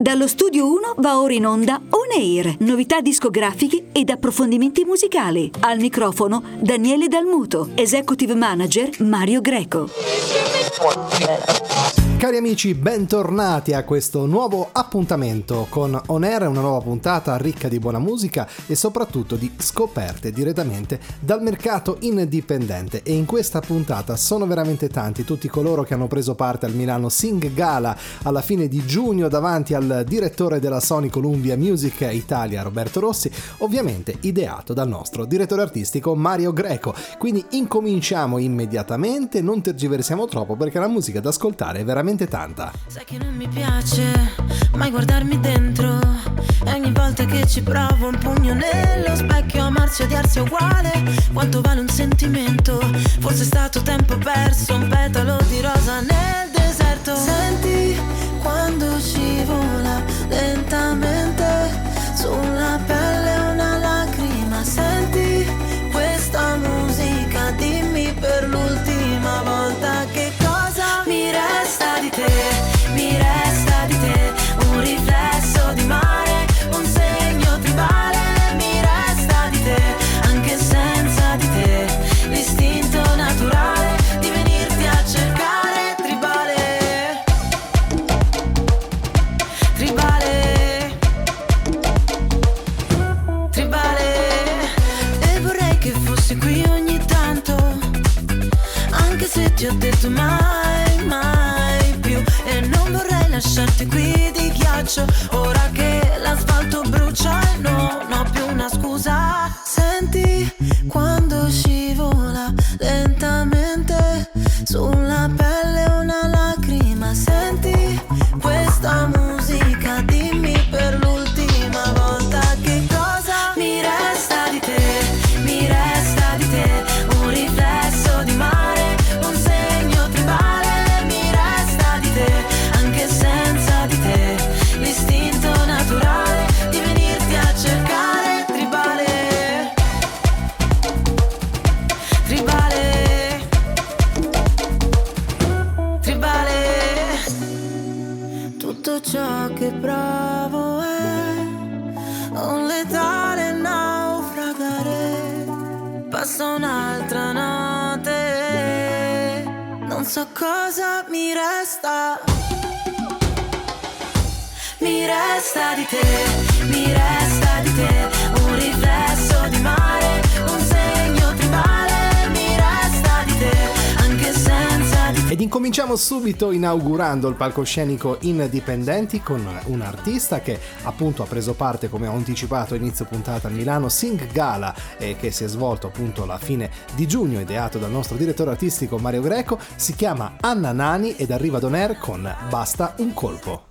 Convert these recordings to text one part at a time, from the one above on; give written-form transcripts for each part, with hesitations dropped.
Dallo Studio 1 va ora in onda On Air, novità discografiche ed approfondimenti musicali. Al microfono Daniele Dalmuto, Executive Manager Mario Greco. Cari amici, bentornati a questo nuovo appuntamento con On Air, una nuova puntata ricca di buona musica e soprattutto di scoperte direttamente dal mercato indipendente. E in questa puntata sono veramente tanti tutti coloro che hanno preso parte al Milano Sing Gala alla fine di giugno davanti al direttore della Sony Columbia Music Italia Roberto Rossi, ovviamente ideato dal nostro direttore artistico Mario Greco. Quindi incominciamo immediatamente, non tergiversiamo troppo perché la musica da ascoltare è veramente tanta. Sai che non mi piace mai guardarmi dentro, e ogni volta che ci provo un pugno nello specchio, amarsi e odiarsi è uguale. Quanto vale un sentimento? Forse è stato tempo perso, un petalo di rosa nel deserto. Senti quando scivola lentamente sulla pelle una lacrima. Senti questa musica, dimmi per l'ultima volta che cosa mi resta di te, mi resta di te, un riflesso di mare, un segno tribale. Mi resta di te, anche senza di te, l'istinto naturale di venirti a cercare. Tribale, tribale, tribale. E vorrei che fossi qui ogni tanto, anche se ti ho detto mai, mai più. E non vorrei lasciarti qui di ghiaccio, ora che l'asfalto brucia e non ho più una scusa. Senti quando scivola lentamente sulla pelle una lacrima. Senti questa musica, dimmi per l'ultima volta che cosa mi resta di te, mi resta di te, un riflesso di mare, un segno tribale. Mi resta di te, anche senza di te, l'istinto naturale di venirti a cercare. Tribale, tribale, tribale. Tutto ciò che provo è un letale naufragare. Passa un'altra notte, non so cosa mi resta. Mi resta di te, mi resta di te, un riflesso di mare, un segno tribale. Mi resta di te, anche senza di te. Ed incominciamo subito inaugurando il palcoscenico Indipendenti con un artista che appunto ha preso parte, come ho anticipato a inizio puntata, al Milano Sing Gala, che si è svolto appunto alla fine di giugno, ideato dal nostro direttore artistico Mario Greco. Si chiama Anna Nani ed arriva ad On Air con Basta un colpo.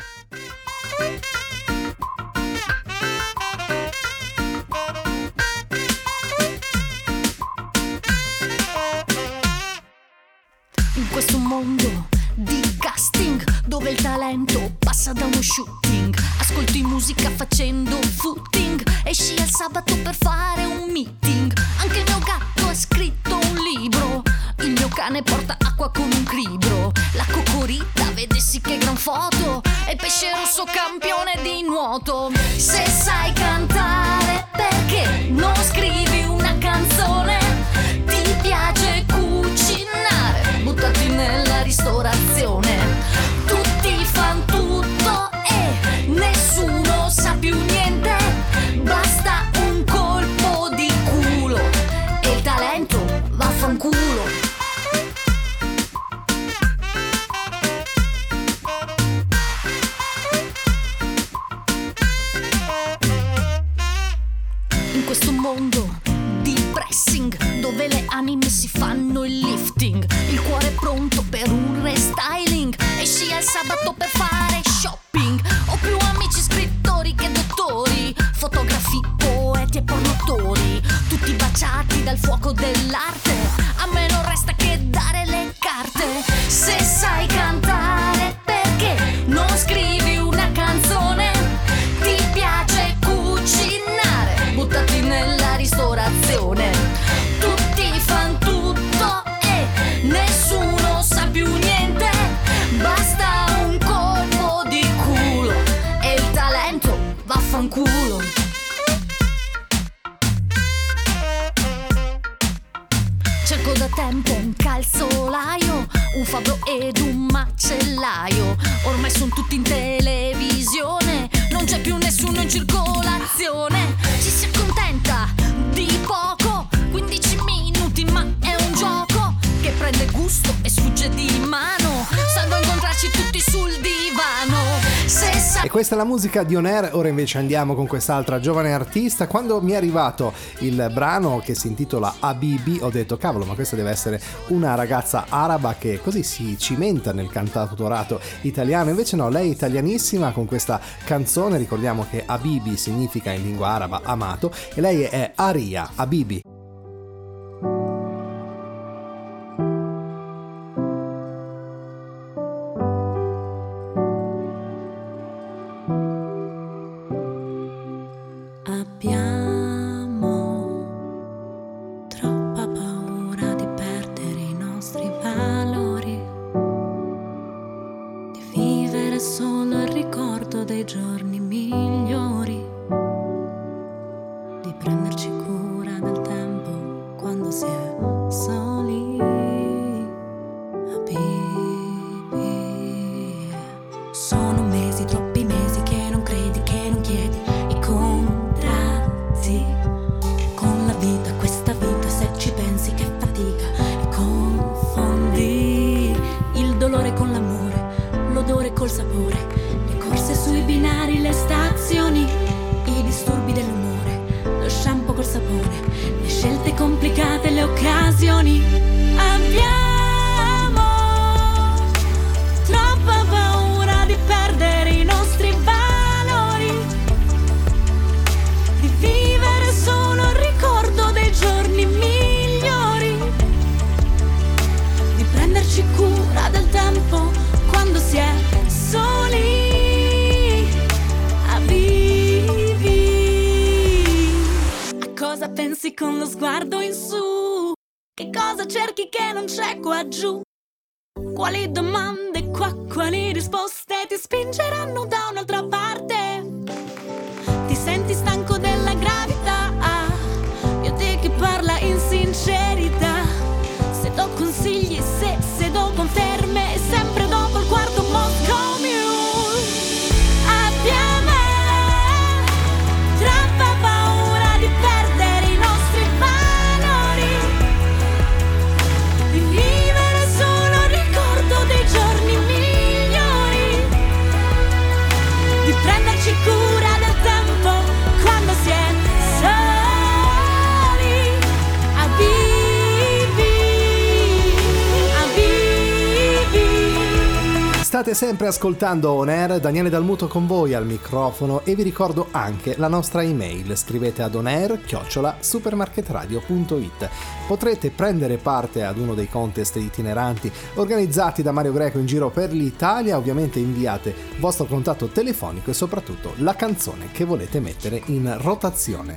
In questo mondo di casting, dove il talento passa da uno shooting, ascolti musica facendo footing, esci al sabato per fare un meeting. Anche il mio gatto ha scritto un libro, il mio cane porta acqua con un cribro, la cocorita vede sì che gran foto, e il pesce rosso campione di nuoto. Se sai cantare, perché non scrivi una canzone? Ti piace cucinare, buttati nella ristorazione. Tutti fan tutto e nessuno sa più niente. Basta un colpo di culo e il talento vaffanculo. In questo mondo di pressing, dove le anime si fanno il lifting, il cuore è pronto per un restyling, esci al sabato per fare shopping. Ho più amici scrittori che dottori, fotografi, poeti e pornotori, tutti baciati dal fuoco dell'arte. A me non resta che dare le carte. Se sai cantare, perché non scrivi una canzone? Ti piace cucinare, buttati nella ristorazione. Tutti fan tutto e nessuno sa più niente. Basta un colpo di culo e il un fabbro ed un macellaio. Ormai sono tutti in televisione, non c'è più nessuno in circolazione. Ci si accontenta di poco, 15 minuti, ma è un gioco che prende gusto e sfugge di mano, salvo incontrarci tutti sul divano. E questa è la musica di On Air. Ora invece andiamo con quest'altra giovane artista. Quando mi è arrivato il brano che si intitola Habibi ho detto cavolo, ma questa deve essere una ragazza araba che così si cimenta nel cantautorato italiano. Invece no, lei è italianissima con questa canzone. Ricordiamo che Habibi significa in lingua araba amato e lei è Aria Habibi. Con lo sguardo in su, che cosa cerchi che non c'è qua giù? Quali domande qua, quali risposte ti spingeranno da un'altra parte? Ti senti stanco della gravità? Io te che parla in sincerità. Se do consigli, se do conferme, sempre dopo il quarto Moscow Mule. Abbiamo troppa paura di perdere i nostri valori, di vivere solo il ricordo dei giorni migliori, di prenderci cura del tempo quando si è soli. State sempre ascoltando On Air, Daniele Dalmuto con voi al microfono e vi ricordo anche la nostra email. Scrivete ad onair@supermarketradio.it. Potrete prendere parte ad uno dei contest itineranti organizzati da Mario Greco in giro per l'Italia. Ovviamente inviate il vostro contatto telefonico e soprattutto la canzone che volete mettere in rotazione.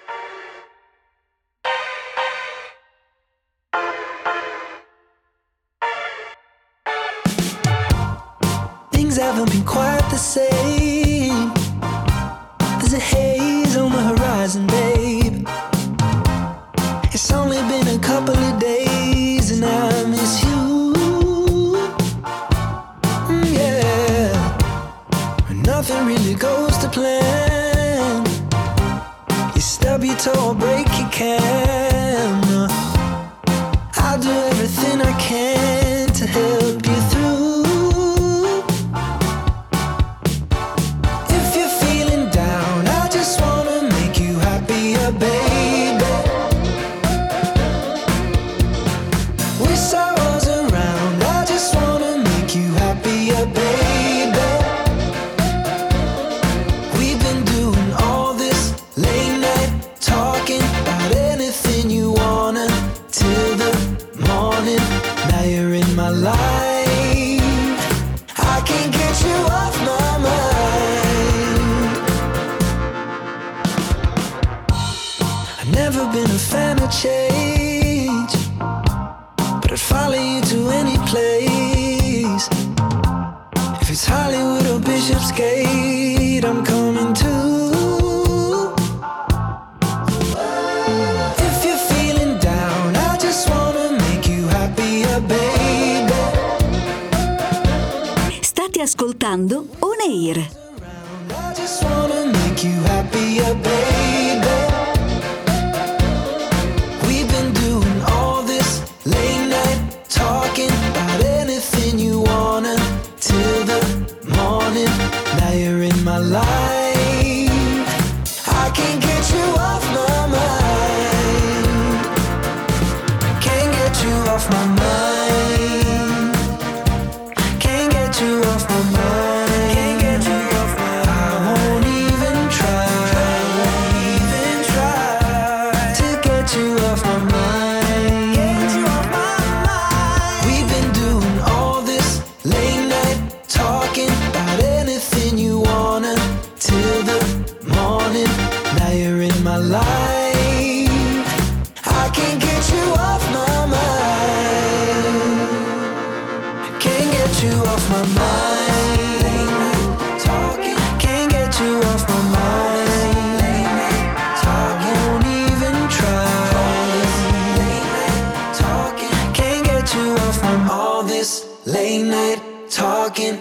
Haven't been quite the same. There's a haze on the horizon, babe. It's only been a couple of days and I miss you. Yeah, nothing really goes to plan. You stub your toe or break your can. I'll do everything I can to help you through. Change, but I'd follow you to any place. If it's Hollywood or Bishopsgate, I'm coming too. If you're feeling down, I just wanna make you happier, baby. Air. I just wanna make you happier, baby. We've been doing all this late night talking about anything you wanna till the morning. Now you're in my life. I can't get you off my mind. Can't get you off my mind. Can't get you off my mind. Can't get you off my mind. I won't even try to get you off my mind. Get you off my mind. We've been doing all this late night talking about anything you wanna till the morning. Now you're in my life. I can't get you off my mind. Can't get you off my mind. Talking. Can't get you off my mind. Talking. Won't even try. Talking. Can't get you off from all this late night talking.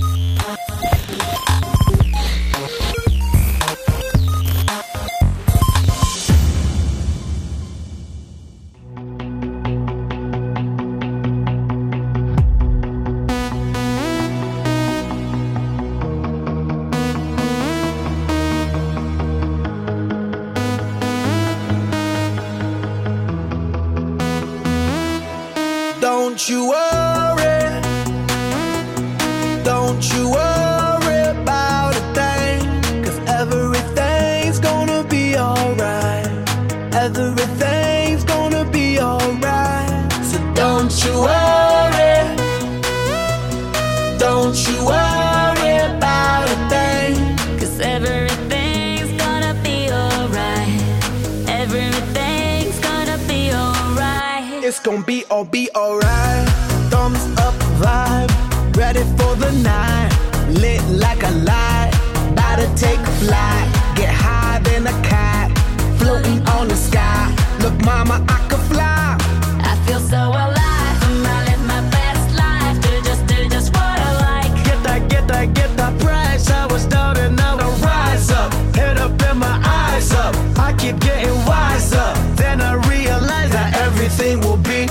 Don't you worry, don't you worry about a thing, 'cause everything's gonna be alright. Everything's gonna be alright. So don't you worry, don't you worry about a thing, 'Cause everything's gonna be alright. Everything's gonna be alright. it's gonna be alright. Thumbs up vibe, ready for the night. Lit like a light, about to take a flight. Get high than a cat, floating on the sky. Look mama, I could fly. I feel so alive. I live my best life. Do just what I like. Get that price. I was down and now I rise up. Head up and my eyes up. I keep getting wiser. Then I realize that everything will be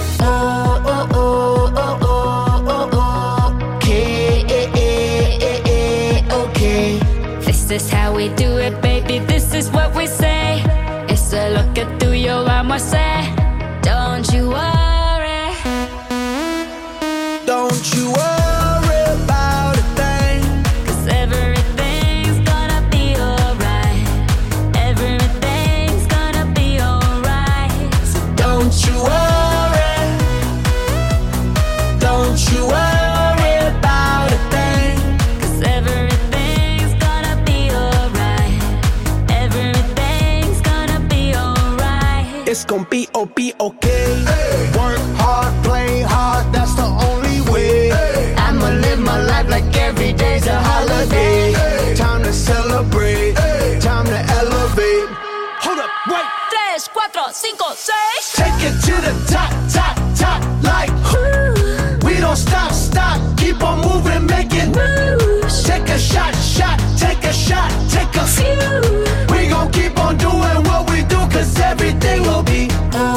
okay. This is how we do it, baby. This is what we say. It's a look at tuyo, vamos a hacer. Don't you worry. Don't you worry about a thing. 'Cause everything's gonna be alright. Everything's gonna be alright. So don't you worry. Don't you worry about a thing. 'Cause everything's gonna be alright. Everything's gonna be alright. It's gonna be okay. Work hard, play hard, that's the only way. I'ma live my life like every day's a holiday. Time to celebrate, time to elevate. Hold up, wait. 3, 4, 5, 6. Take it to the top, like we don't stop, keep on moving, make it. Take a shot, take a shot, take a few. We gon' keep on doing what we do, 'cause everything will be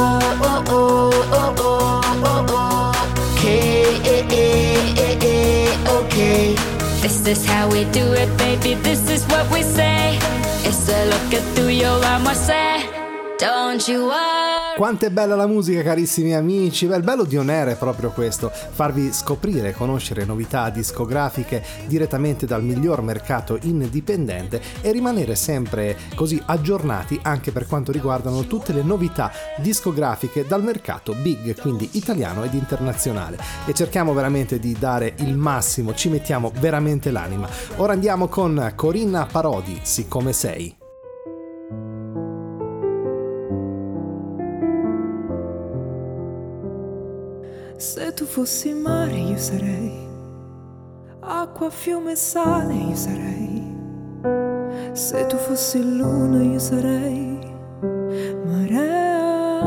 okay. This is how we do it, baby. This is what we say. It's a look at tuyo, vamos a hacer. Don't you worry. Quanto è bella la musica, carissimi amici. Beh, il bello di On Air è proprio questo, farvi scoprire e conoscere novità discografiche direttamente dal miglior mercato indipendente e rimanere sempre così aggiornati anche per quanto riguardano tutte le novità discografiche dal mercato big, quindi italiano ed internazionale, e cerchiamo veramente di dare il massimo, ci mettiamo veramente l'anima. Ora andiamo con Corinna Parodi, Siccome sei. Se tu fossi mare io sarei, acqua, fiume, sale io sarei. Se tu fossi luna io sarei marea.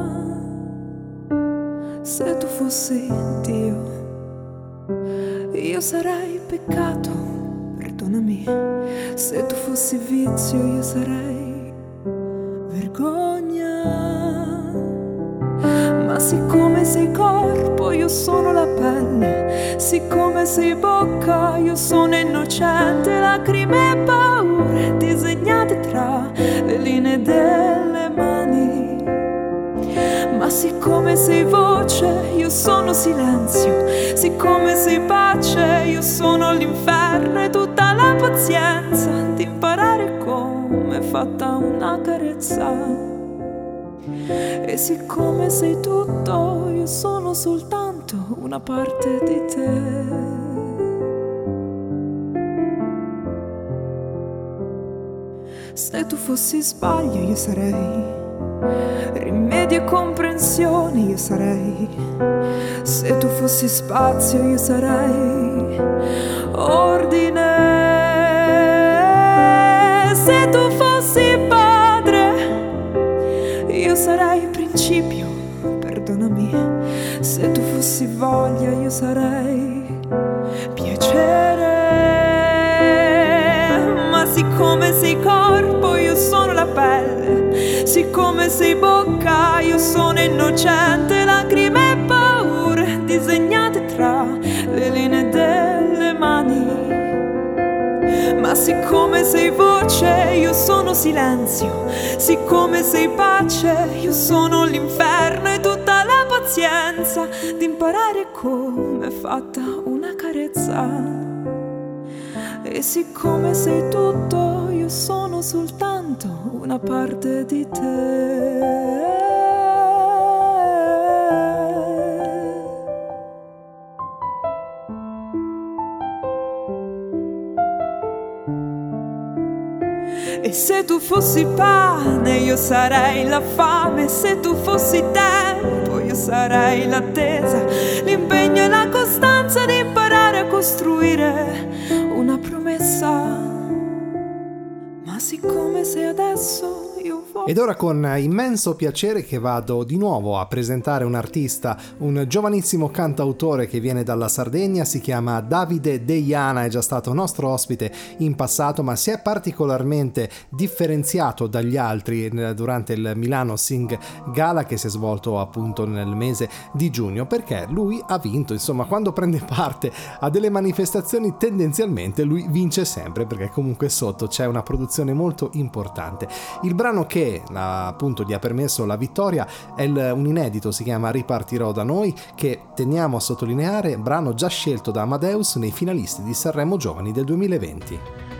Se tu fossi Dio io sarei peccato, perdonato. perdonami. Se tu fossi vizio io sarei vergogna. Ma siccome sei corpo io sono la pelle, siccome sei bocca io sono innocente, lacrime e paure disegnate tra le linee delle mani. Ma siccome sei voce io sono silenzio, siccome sei pace io sono l'inferno, e tutta la pazienza di imparare come è fatta una carezza. E siccome sei tutto io sono soltanto una parte di te. Se tu fossi sbaglio io sarei rimedio e comprensione, io sarei. Se tu fossi spazio io sarei ordine. Se tu fossi padre io sarei principio, perdonami. Se tu fossi voglia io sarei piacere. Ma siccome sei corpo io sono la pelle, siccome sei bocca io sono innocente, lacrime e paure disegnate tra le linee delle mani. Ma siccome sei voce io sono silenzio, siccome sei pace io sono l'inferno, e tutta la pazienza di imparare come è fatta una carezza. E siccome sei tutto io sono soltanto una parte di te. E se tu fossi pane io sarei la fame, se tu fossi tempo io sarei l'attesa, l'impegno e la costanza di imparare a costruire una promessa. Ma siccome sei adesso io voglio. Ed ora con immenso piacere che vado di nuovo a presentare un artista, un giovanissimo cantautore che viene dalla Sardegna, si chiama Davide Deiana, è già stato nostro ospite in passato, ma si è particolarmente differenziato dagli altri durante il Milano Sing Gala che si è svolto appunto nel mese di giugno, perché lui ha vinto, insomma, quando prende parte a delle manifestazioni tendenzialmente lui vince sempre, perché comunque sotto c'è una produzione molto importante. Il brano che appunto gli ha permesso la vittoria è un inedito, si chiama Ripartirò da noi, che teniamo a sottolineare, brano già scelto da Amadeus nei finalisti di Sanremo Giovani del 2020.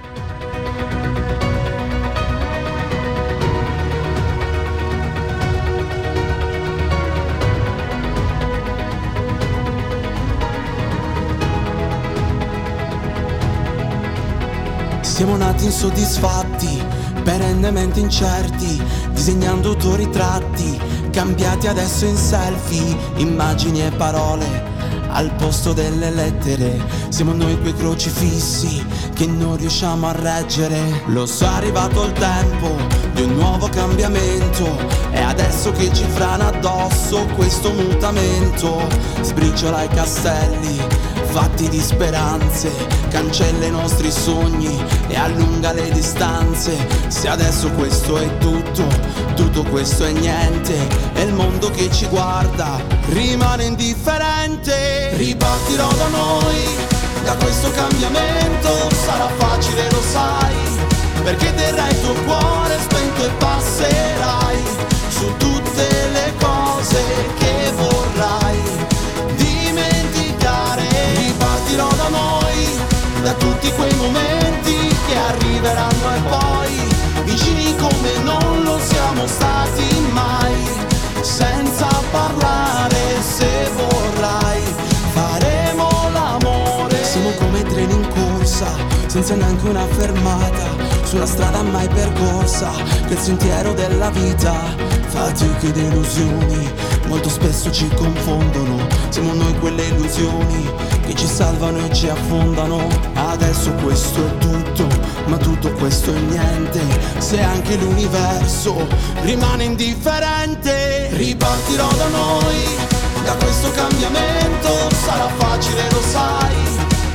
Siamo nati insoddisfatti, perennemente incerti, disegnando autoritratti, cambiati adesso in selfie, immagini e parole al posto delle lettere. Siamo noi quei crocifissi che non riusciamo a reggere. Lo so, è arrivato il tempo di un nuovo cambiamento, è adesso che ci frana addosso questo mutamento. Sbriciola i castelli fatti di speranze, cancella i nostri sogni e allunga le distanze. Se adesso questo è tutto, tutto questo è niente, e il mondo che ci guarda rimane indifferente. Ripartirò da noi, da questo cambiamento, sarà facile lo sai, perché terrai il tuo cuore spento e passerai su tutte le cose che vorrai dimenticare. Ripartirò da noi, da tutti quei momenti che arriveranno e poi vicini come non lo siamo stati mai, senza parlare. Se vorrai faremo l'amore. Siamo come treni in corsa, senza neanche una fermata, sulla strada mai percorsa, che il sentiero della vita, fatiche ed illusioni molto spesso ci confondono. Siamo noi quelle illusioni che ci salvano e ci affondano. Adesso questo è tutto, ma tutto questo è niente, se anche l'universo rimane indifferente. Ripartirò da noi, da questo cambiamento, sarà facile lo sai,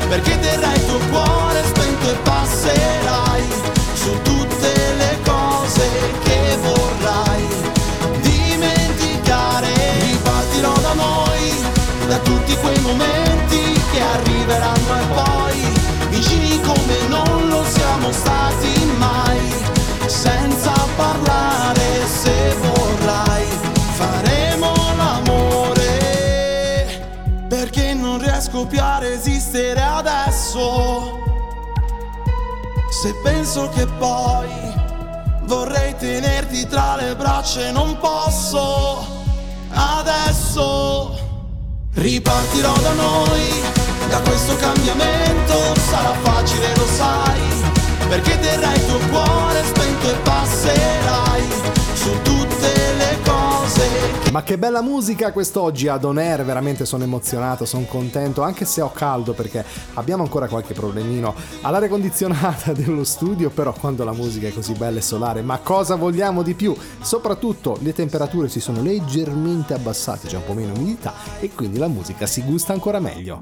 perché terrai il tuo cuore spento e passerai su tutte le cose che vorrai dimenticare. Ripartirò da noi, da tutti quei momenti che arriveranno e poi vicini come non lo siamo stati mai, senza parlare. Se vorrai faremo l'amore, perché non riesco più a resistere adesso. Se penso che poi vorrei tenerti tra le braccia e non posso adesso. Ripartirò da noi, da questo cambiamento. Sarà facile, lo sai, perché terrai il tuo cuore spento e passerai su tutte le cose. Ma che bella musica quest'oggi ad On Air, veramente sono emozionato, sono contento, anche se ho caldo perché abbiamo ancora qualche problemino all'aria condizionata dello studio, però quando la musica è così bella e solare, ma cosa vogliamo di più? Soprattutto le temperature si sono leggermente abbassate, c'è un po' meno umidità e quindi la musica si gusta ancora meglio.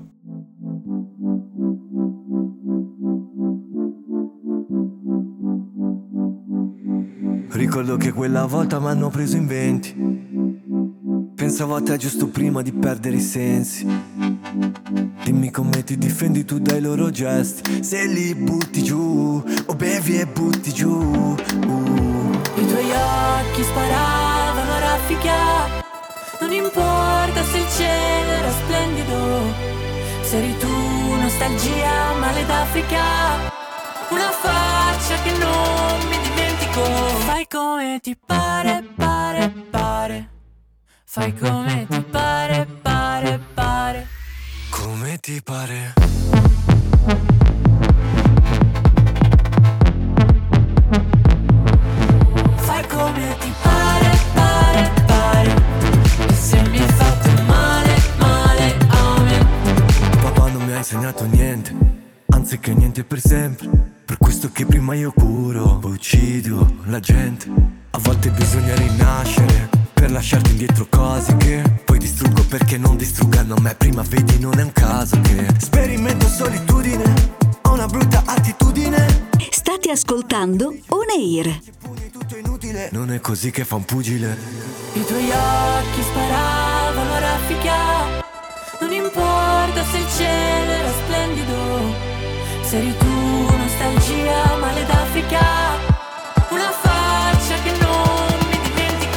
Ricordo che quella volta m'hanno preso in 20. Pensavo a te giusto prima di perdere i sensi. Dimmi come ti difendi tu dai loro gesti. Se li butti giù o bevi e butti giù. I tuoi occhi sparavano a raffica. Non importa se il cielo era splendido. Se eri tu nostalgia, male d'Africa. Una faccia che non mi dimentico. Fai come ti pare, pare, pare. Fai come ti pare, pare, pare. Come ti pare. Fai come ti pare, pare, pare. E se mi hai fatto male, male a me. Papà non mi ha insegnato niente, anzi che niente per sempre. Per questo che prima io curo, poi uccido la gente. A volte bisogna rinascere per lasciarti indietro cose che poi distruggo perché non distruggano me. Prima vedi non è un caso che sperimento solitudine, ho una brutta attitudine. State ascoltando On Air. Tutto inutile, non è così che fa un pugile. I tuoi occhi sparavano a raffica. Non importa se il cielo era splendido. Se eri tu nostalgia, male d'Africa. Una faccia che non mi dimentico.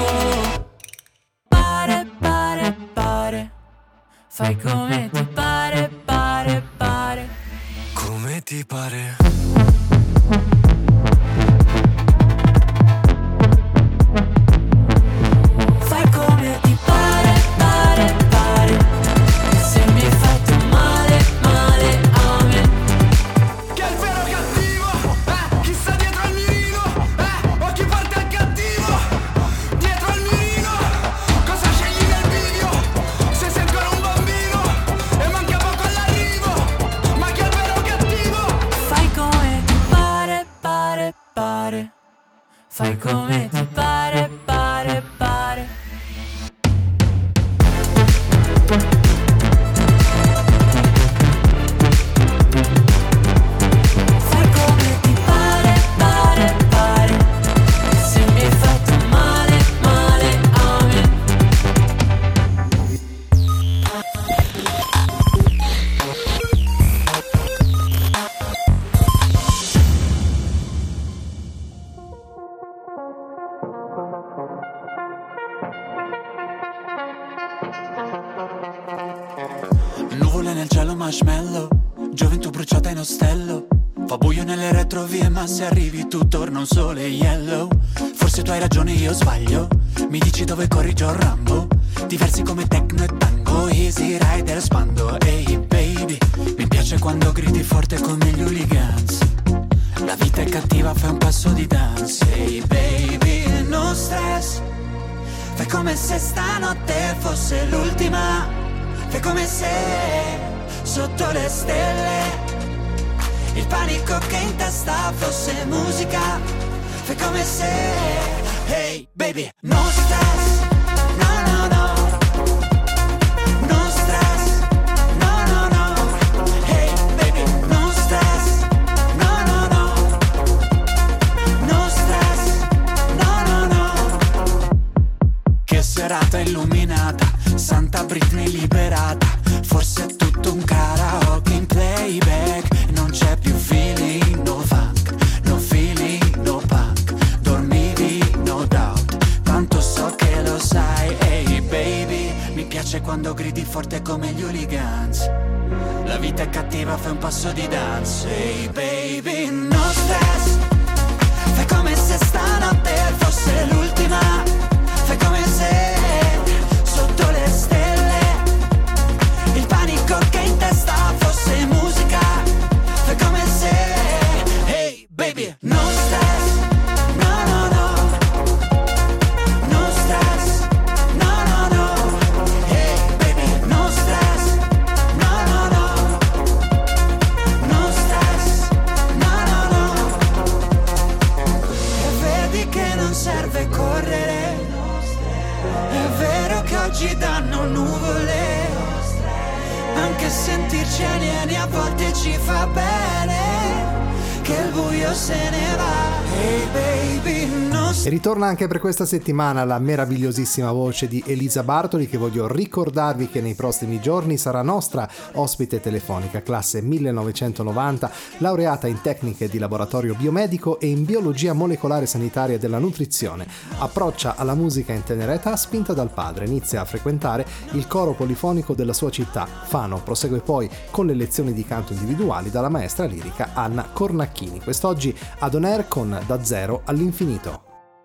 Pare, pare, pare. Fai come ti pare, pare, pare. Come ti pare. Fai come ti pare, pare, pare. E se mi hai fatto male, male a me. Chi è il vero cattivo? Chi sta dietro al mirino? O chi porta il cattivo? Dietro al mirino? Cosa scegli nel video? Se sei ancora un bambino e manca poco all'arrivo. Ma chi è il vero cattivo? Fai come ti pare, pare, pare. Fai come ti pare, pare, pare. Fai come ti pare, pare, pare. Se mi hai fatto male, male a me. Nuvole nel cielo marshmallow, gioventù bruciata in ostello. Fa buio nelle retrovie ma se arrivi tu torna un sole yellow. Forse tu hai ragione, io sbaglio. Mi dici dove corri John Rambo. Diversi come techno e tango, easy rider spando. Ehi baby, mi piace quando gridi forte come gli hooligans. La vita è cattiva, fai un passo di dance. Ehi baby, no stress. Fai come se stanotte fosse l'ultima. Fai come se sotto le stelle il panico che in testa fosse musica. Fai come se, hey baby, no stress, no no no. No stress, no no no. Hey baby, piace quando gridi forte come gli hooligans. La vita è cattiva, fai un passo di danza. Hey baby, no stress. Fai come se stanotte fosse l'ultima. Fai come se sotto le stelle il panico che in testa fosse musica. Fai come se, hey baby, no stress. No, no, no. No stress. No, no, no. Hey baby, no stress. No, no, no. No stress. No, no, no. E vedi che non serve correre. È vero che oggi danno nuvole. Anche sentirci alieni a volte ci fa bene. Che il buio se ne va. Hey baby, no. E ritorna anche per questa settimana la meravigliosissima voce di Elisa Bartoli, che voglio ricordarvi che nei prossimi giorni sarà nostra ospite telefonica, classe 1990, laureata in tecniche di laboratorio biomedico e in biologia molecolare sanitaria della nutrizione. Approccia alla musica in tenera età spinta dal padre, inizia a frequentare il coro polifonico della sua città, Fano, prosegue poi con le lezioni di canto individuali dalla maestra lirica Anna Cornacchini. Quest'oggi ad On Air con Da Zero all'Infinito.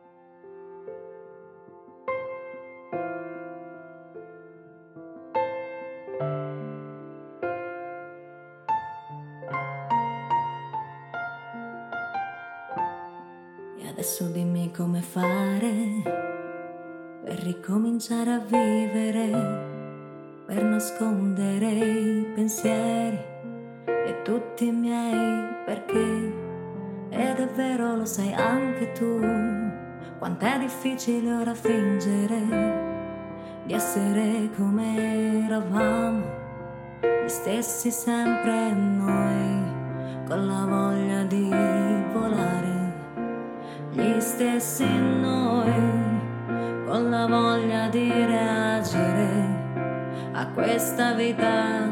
E adesso dimmi come fare per ricominciare a vivere, per nascondere i pensieri e tutti i miei perché. Ed è vero, lo sai anche tu, quant'è difficile ora fingere di essere come eravamo, gli stessi sempre noi, con la voglia di volare, gli stessi noi, con la voglia di reagire a questa vita,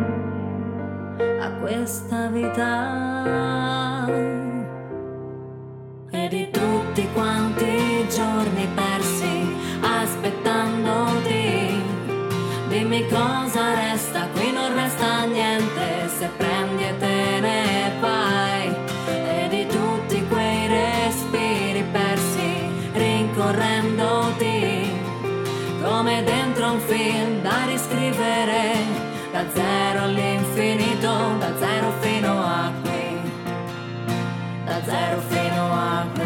a questa vita. E di tutti quanti giorni persi aspettandoti, dimmi cosa resta, qui non resta niente se prendi e te ne vai. E di tutti quei respiri persi rincorrendoti, come dentro un film da riscrivere, da zero all'infinito, da zero fino a qui, da zero fino a qui.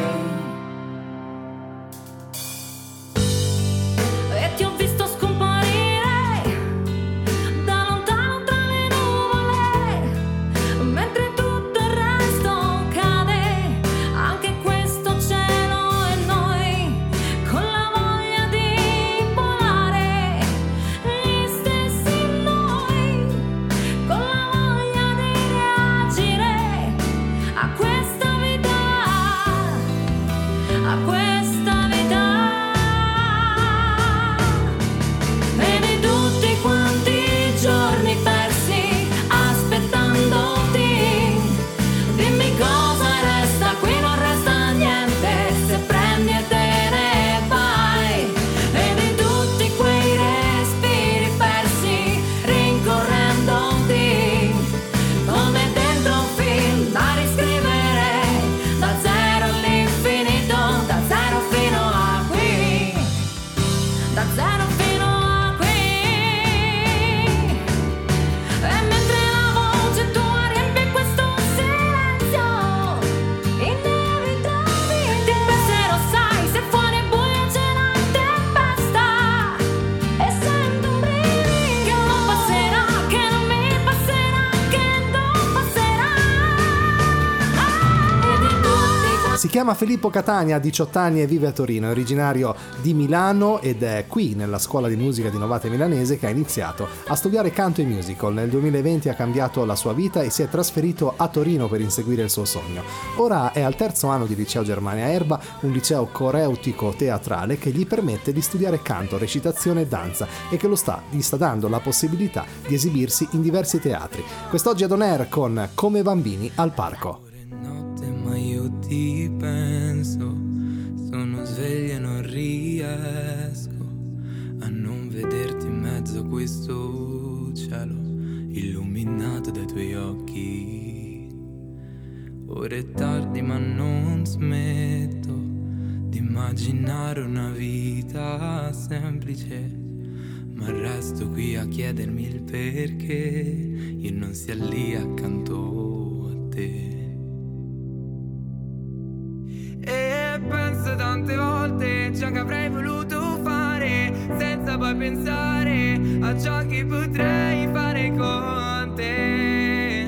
E ti ho visto scomparire da lontano tra le nuvole, mentre tutto il resto cade, anche questo cielo e noi, con la voglia di volare, gli stessi noi, con la voglia di reagire a questa vita, a questa vita. E di tutti quanti giorni persi aspettandoti, dimmi cosa resta, qui non resta niente se prendi e te ne vai. E di tutti quei respiri persi rincorrendoti, come dentro un film da riscrivere, da zero all'infinito, da zero fino a qui, da zero fino a qui. E mentre la voce tua riempie questo silenzio inevitabile, ti penserò, sai, se fuori è buio c'è la tempesta, e sento un brivido che non passerà, che non mi passerà, che non passerà. E di tutti. Si chiama Filippo Catania, ha 18 anni e vive a Torino, è originario di Milano ed è qui nella scuola di musica di Novate Milanese che ha iniziato a studiare canto e musical. Nel 2020 ha cambiato la sua vita e si è trasferito a Torino per inseguire il suo sogno. Ora è al terzo anno di liceo Germania Erba, un liceo coreutico teatrale che gli permette di studiare canto, recitazione e danza e che gli sta dando la possibilità di esibirsi in diversi teatri. Quest'oggi ad On Air con Come bambini al parco. Notte ma io ti penso, sono sveglio e non riesco a non vederti in mezzo mezzo a questo cielo illuminato dai tuoi occhi. Ora è tardi ma non smetto di immaginare una vita semplice, ma resto qui a chiedermi il perché io non sia lì accanto a te. E penso tante volte ciò che avrei voluto fare, senza poi pensare a ciò che potrei fare con te.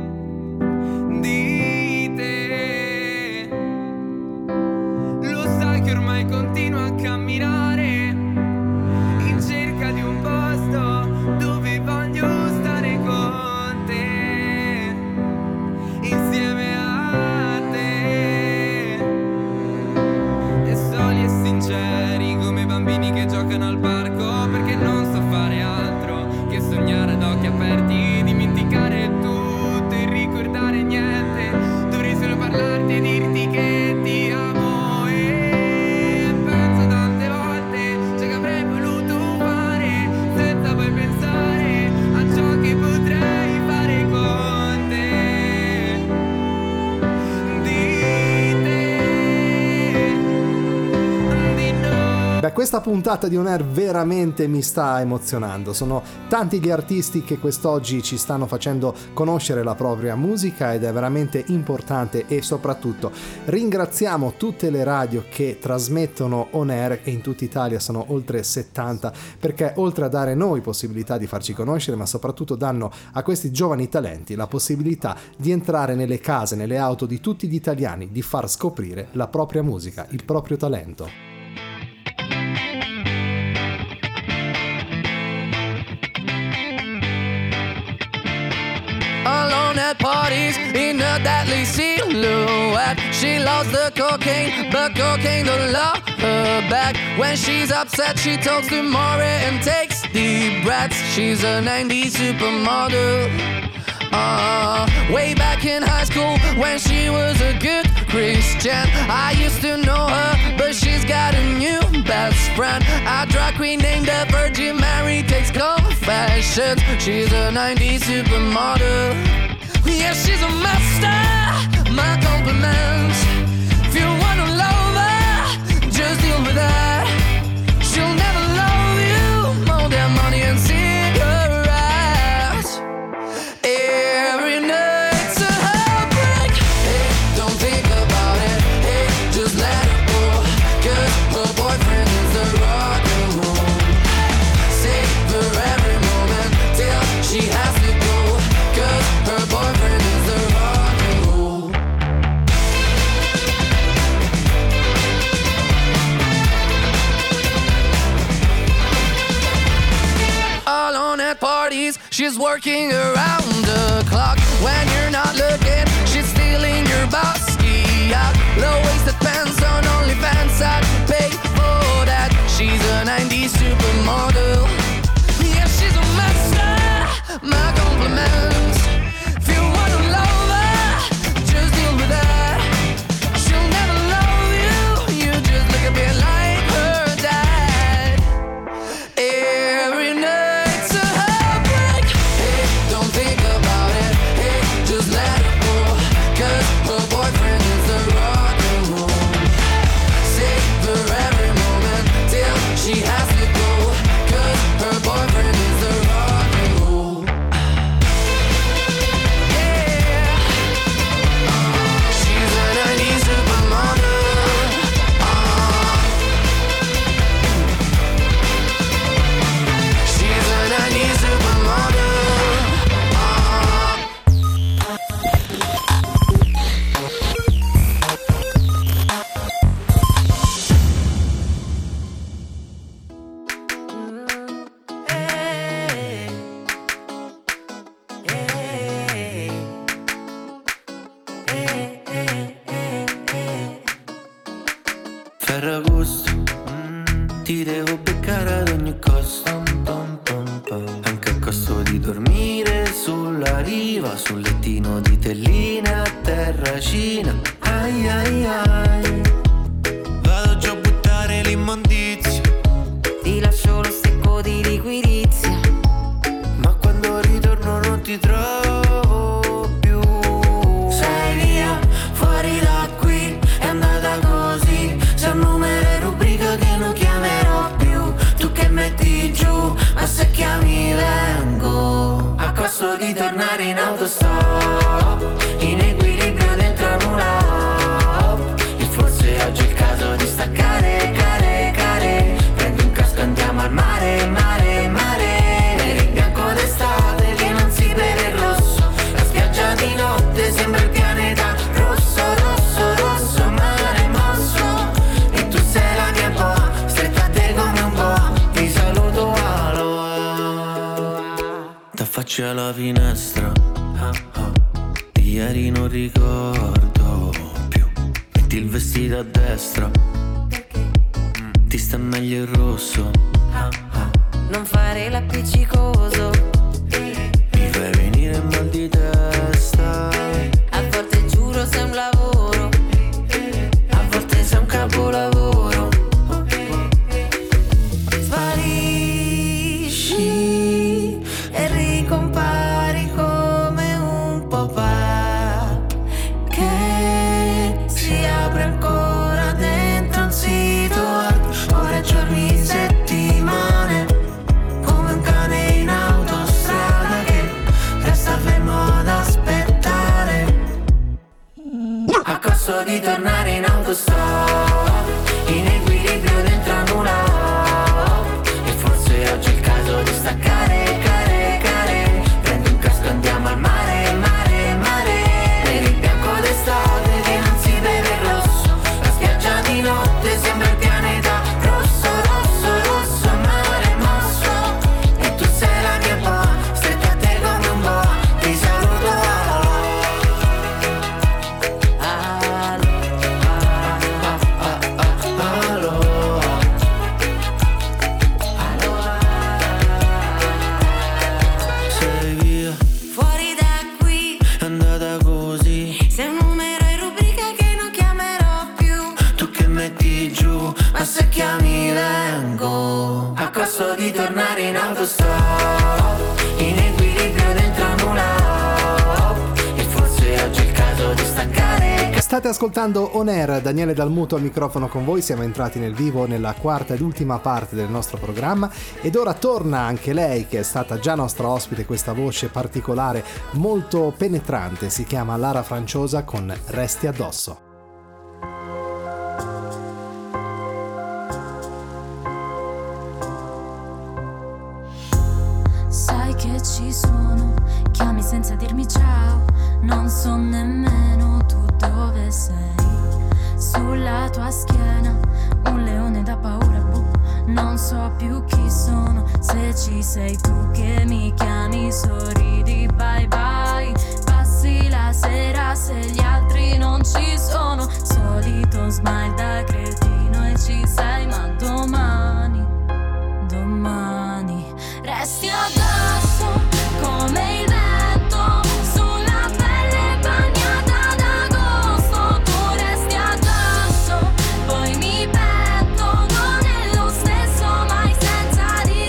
Di te lo sai che ormai continuo a camminare in cerca di un posto dove voglio stare con te, insieme a te, e soli e sinceri come bambini che giocano al parco, perché non so fare altro che sognare ad occhi aperti, dimenticare tutto e ricordare niente. Dovrei solo parlarti e dirti che ti amo, e penso tante volte ciò che avrei voluto fare, senza poi pensare a ciò che potrei fare con te. Di te, di noi. Beh, questa puntata di On Air veramente mi sta emozionando. Sono tanti gli artisti che quest'oggi ci stanno facendo conoscere la propria musica ed è veramente importante, e soprattutto ringraziamo tutte le radio che trasmettono On Air, e in tutta Italia sono oltre 70, perché oltre a dare noi possibilità di farci conoscere, ma soprattutto danno a questi giovani talenti la possibilità di entrare nelle case, nelle auto di tutti gli italiani, di far scoprire la propria musica, il proprio talento. Alone at parties in a deadly silhouette. She loves the cocaine, but cocaine don't love her back. When she's upset, she talks to Maury and takes deep breaths. She's a 90s supermodel. Way back in high school when she was a good Christian, I used to know her, but she's got a new best friend, a drag queen named the Virgin Mary, takes confessions. She's a 90s supermodel. Yeah, she's a master, my compliments. If you wanna love her, just deal with that. She'll never love you more than money and cigarettes. Every night's a heartbreak. Hey, don't think about it. Hey, just let it go. 'Cause her boyfriend is the rock and roll. Savor every moment till she has to go. 'Cause her boyfriend is the rock and roll. Alone at parties, she's working around the clock. When you're not looking, she's stealing your bossy out. Low-waisted pants on OnlyFans, I'd pay for that. She's a 90s supermodel. Yeah, she's a master, my compliments. If you wanna love her, just deal with that. She'll never love you, you just look a bit like her dad. Every night's a heartbreak. Hey, don't think about it. Hey, just let it go. 'Cause her boyfriend is the rock and roll. Savor every moment till she has to go. 'Cause her boyfriend is the rock and roll. Yeah. She's a 90s supermodel. She's a 90s supermodel. Ferragosto, ti devo beccare ad ogni costo. Anche a costo di dormire sulla riva, sul lettino di telline a terracina. Ai ai ai. Vado già a buttare l'immondizia. Ti lascio lo secco di liquirizia. tornare in autostop, in equilibrio dentro un up. E forse oggi è il caso di staccare, prendi un casco e andiamo al mare, mare, mare. Nero in bianco d'estate che non si beve il rosso, la spiaggia di notte sembra il pianeta rosso, rosso, rosso, mare mosso. E tu sei la mia boa, stretta a te come un boa, ti saluto aloha. T'affacci alla finestra, di ieri non ricordo più. Metti il vestito a destra, ti sta meglio il rosso. Non fare l'appiccicoso, mi fai venire mal di testa. a volte giuro sei un lavoro, a volte sei un capolavoro. sparisci e ricompari come un pop-up che si apre ancora dentro un sito web. Ore, giorni, settimane, come un cane in autostrada che resta fermo ad aspettare, a costo di tornare in autostop, in equilibrio dentro a nulla. E forse oggi è il caso di staccare, prendi un casco e andiamo al mare, mare, mare. Per il bianco d'estate che non si beve il rosso, la spiaggia di notte sembra il pianeta rosso, rosso, rosso, mare mosso. E tu sei la mia boa, stretta a te come un boa, ti saluto sei via, fuori da qui. è andata così. Sei un numero in rubrica che non chiamerò più. Tu che metti giù, ma se chiami vengo, a costo di tornare in autostop, in equilibrio dentro a nulla. E forse oggi è il caso di staccare. State ascoltando On Air, Daniele Dalmuto al microfono con voi, siamo entrati nel vivo nella quarta ed ultima parte del nostro programma ed ora torna anche lei che è stata già nostra ospite, questa voce particolare molto penetrante, si chiama Lara Franciosa con Resti addosso. Sai che ci sono, chiami senza dirmi ciao, non so nemmeno tu dove sei. Sulla tua schiena un leone da paura, boh, non so più chi sono. Se ci sei tu che mi chiami, sorridi, bye bye. Passi la sera se gli altri non ci sono, solito smile da cretino e ci sei, ma domani resti addosso come il vento sulla pelle bagnata d'agosto. Tu resti addosso, poi mi petto, non è lo stesso mai senza di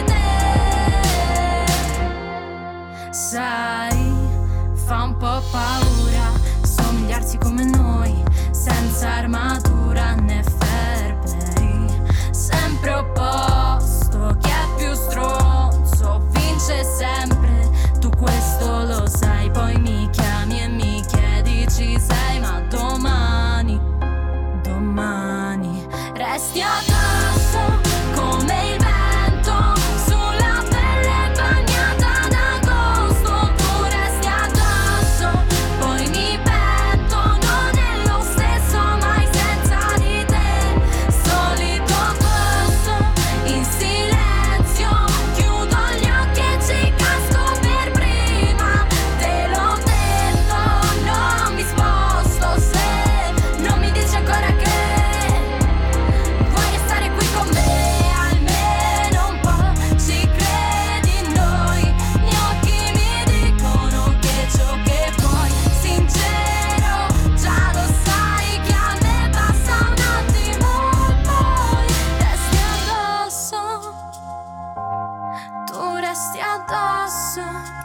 te. Sai, fa un po' paura somigliarsi come noi, senza armatura né fair play, sempre opposto, chi è più stronzo vince sempre, tu questo lo sai. Poi mi chiami e mi chiedi ci sei, ma domani resti addosso come il vento sulla pelle bagnata d'agosto. Tu resti addosso, poi mi petto, non è lo stesso mai senza di te. Solito posto in silenzio, chiudo gli occhi e ci casco per prima. Te l'ho detto, non mi sposto se non mi dici ancora che vuoi restare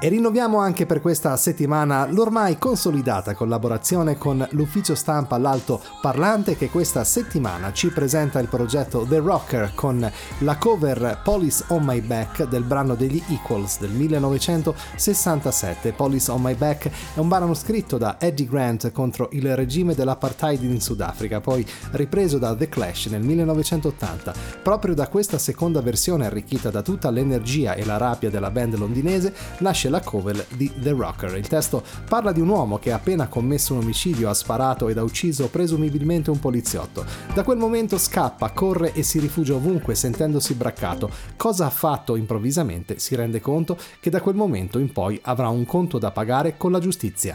E rinnoviamo anche per questa settimana l'ormai consolidata collaborazione con l'ufficio stampa L'Alto Parlante, che questa settimana ci presenta il progetto The Rocker con la cover Police on My Back del brano degli Equals del 1967. Police on My Back è un brano scritto da Eddie Grant contro il regime dell'apartheid in Sudafrica, poi ripreso da The Clash nel 1980. Proprio da questa seconda versione, arricchita da tutta l'energia e la rabbia della band londinese, nasce la cover di The Rocker. Il testo parla di un uomo che ha appena commesso un omicidio, ha sparato ed ha ucciso presumibilmente un poliziotto. Da quel momento scappa, corre e si rifugia ovunque sentendosi braccato. Cosa ha fatto improvvisamente? Si rende conto che da quel momento in poi avrà un conto da pagare con la giustizia.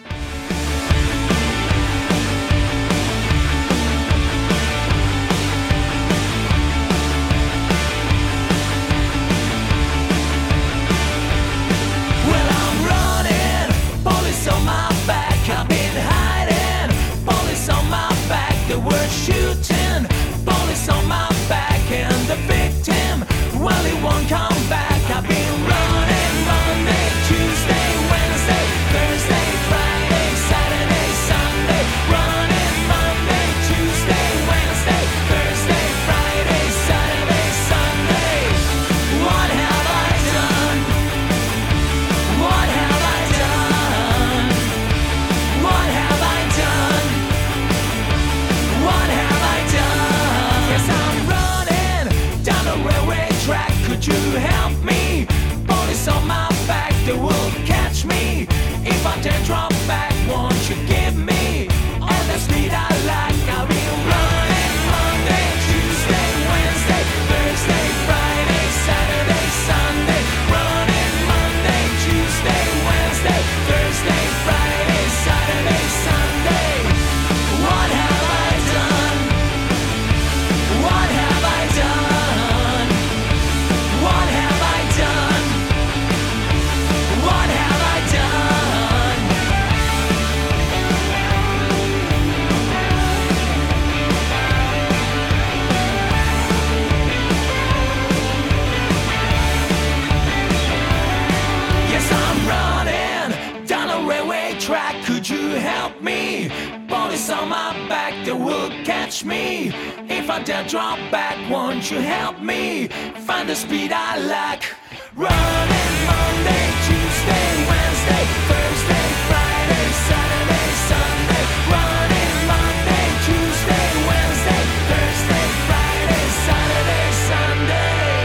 Me if I dare drop back, won't you help me find the speed I lack? Running Monday, Tuesday, Wednesday, Thursday, Friday, Saturday, Sunday. Running Monday, Tuesday, Wednesday, Thursday, Friday, Saturday, Sunday.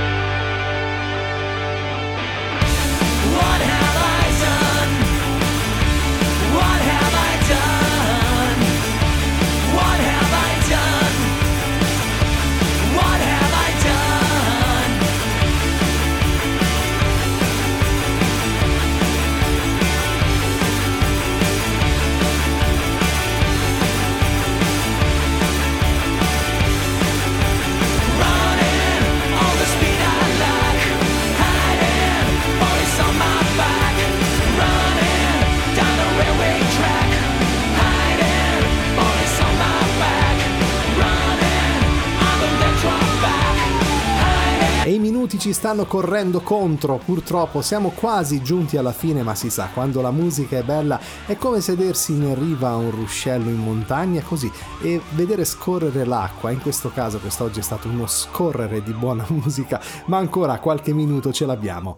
What have I done? What have I done? What have I done? What have I done? Running all the speed I lack, hiding police on my back. Running down the railway track, hiding police on my back. Running out of the drop back, hiding. E i minuti ci stanno correndo contro, purtroppo siamo quasi giunti alla fine, ma si sa, quando la musica è bella è come sedersi in riva a un ruscello in montagna così e vedere scorrere l'acqua. In questo caso quest'oggi è stato uno scorrere di buona musica, ma ancora qualche minuto ce l'abbiamo.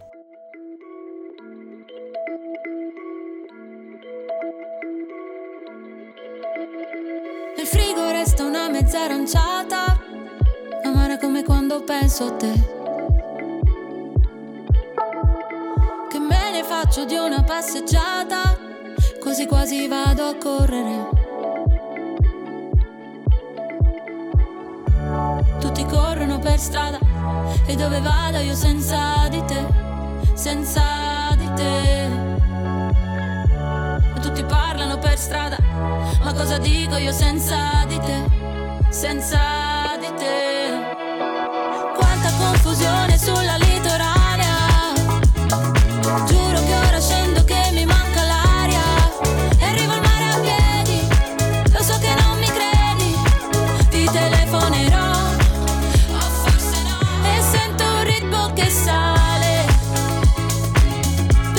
Nel frigo resta una mezza aranciata, amara come quando penso a te. Che me ne faccio di una passeggiata, quasi quasi vado a correre. Tutti corrono per strada e dove vado io senza di te, senza di te. E tutti parlano per strada, ma cosa dico io senza di te, senza di te. Quanta confusione sulla litoranea, giuro che ora scendo che mi manca l'aria e arrivo al mare a piedi, lo so che non mi credi, ti telefonerò, o forse no, e sento un ritmo che sale,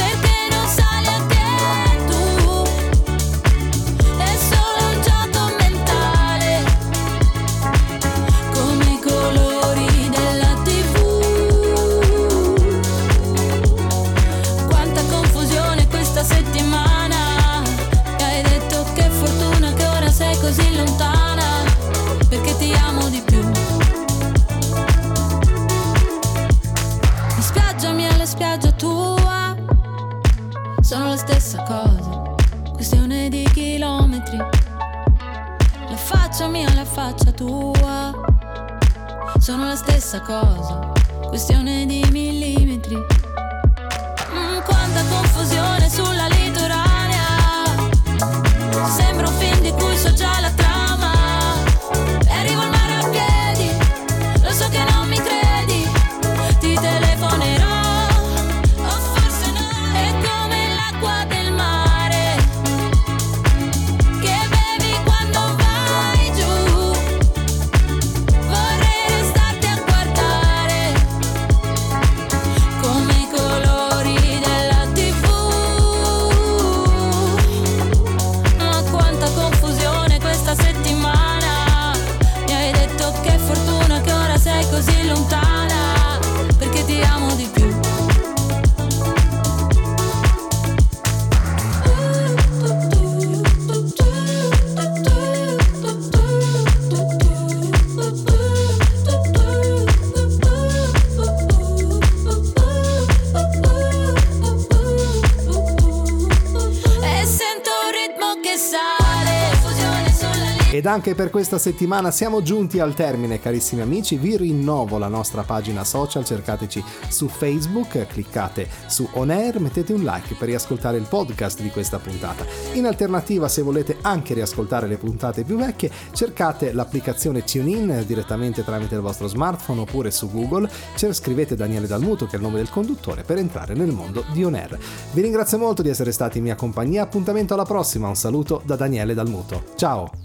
mia, la faccia tua sono la stessa cosa, questione di millimetri. Quanta confusione sulla litoranea, sembra un film di cui so già la trama. E arrivo al mare a piedi, lo so che non mi credi, ti telefonerò. Così lontana, perché ti amo di più. E sento un ritmo che sale, fusione sulla linea. Ed anche per questa settimana siamo giunti al termine, carissimi amici. Vi rinnovo la nostra pagina social, cercateci su Facebook, cliccate su On Air, mettete un like per riascoltare il podcast di questa puntata. In alternativa, se volete anche riascoltare le puntate più vecchie, cercate l'applicazione TuneIn direttamente tramite il vostro smartphone oppure su Google, scrivete Daniele Dalmuto, che è il nome del conduttore, per entrare nel mondo di On Air. Vi ringrazio molto di essere stati in mia compagnia, appuntamento alla prossima, un saluto da Daniele Dalmuto. Ciao!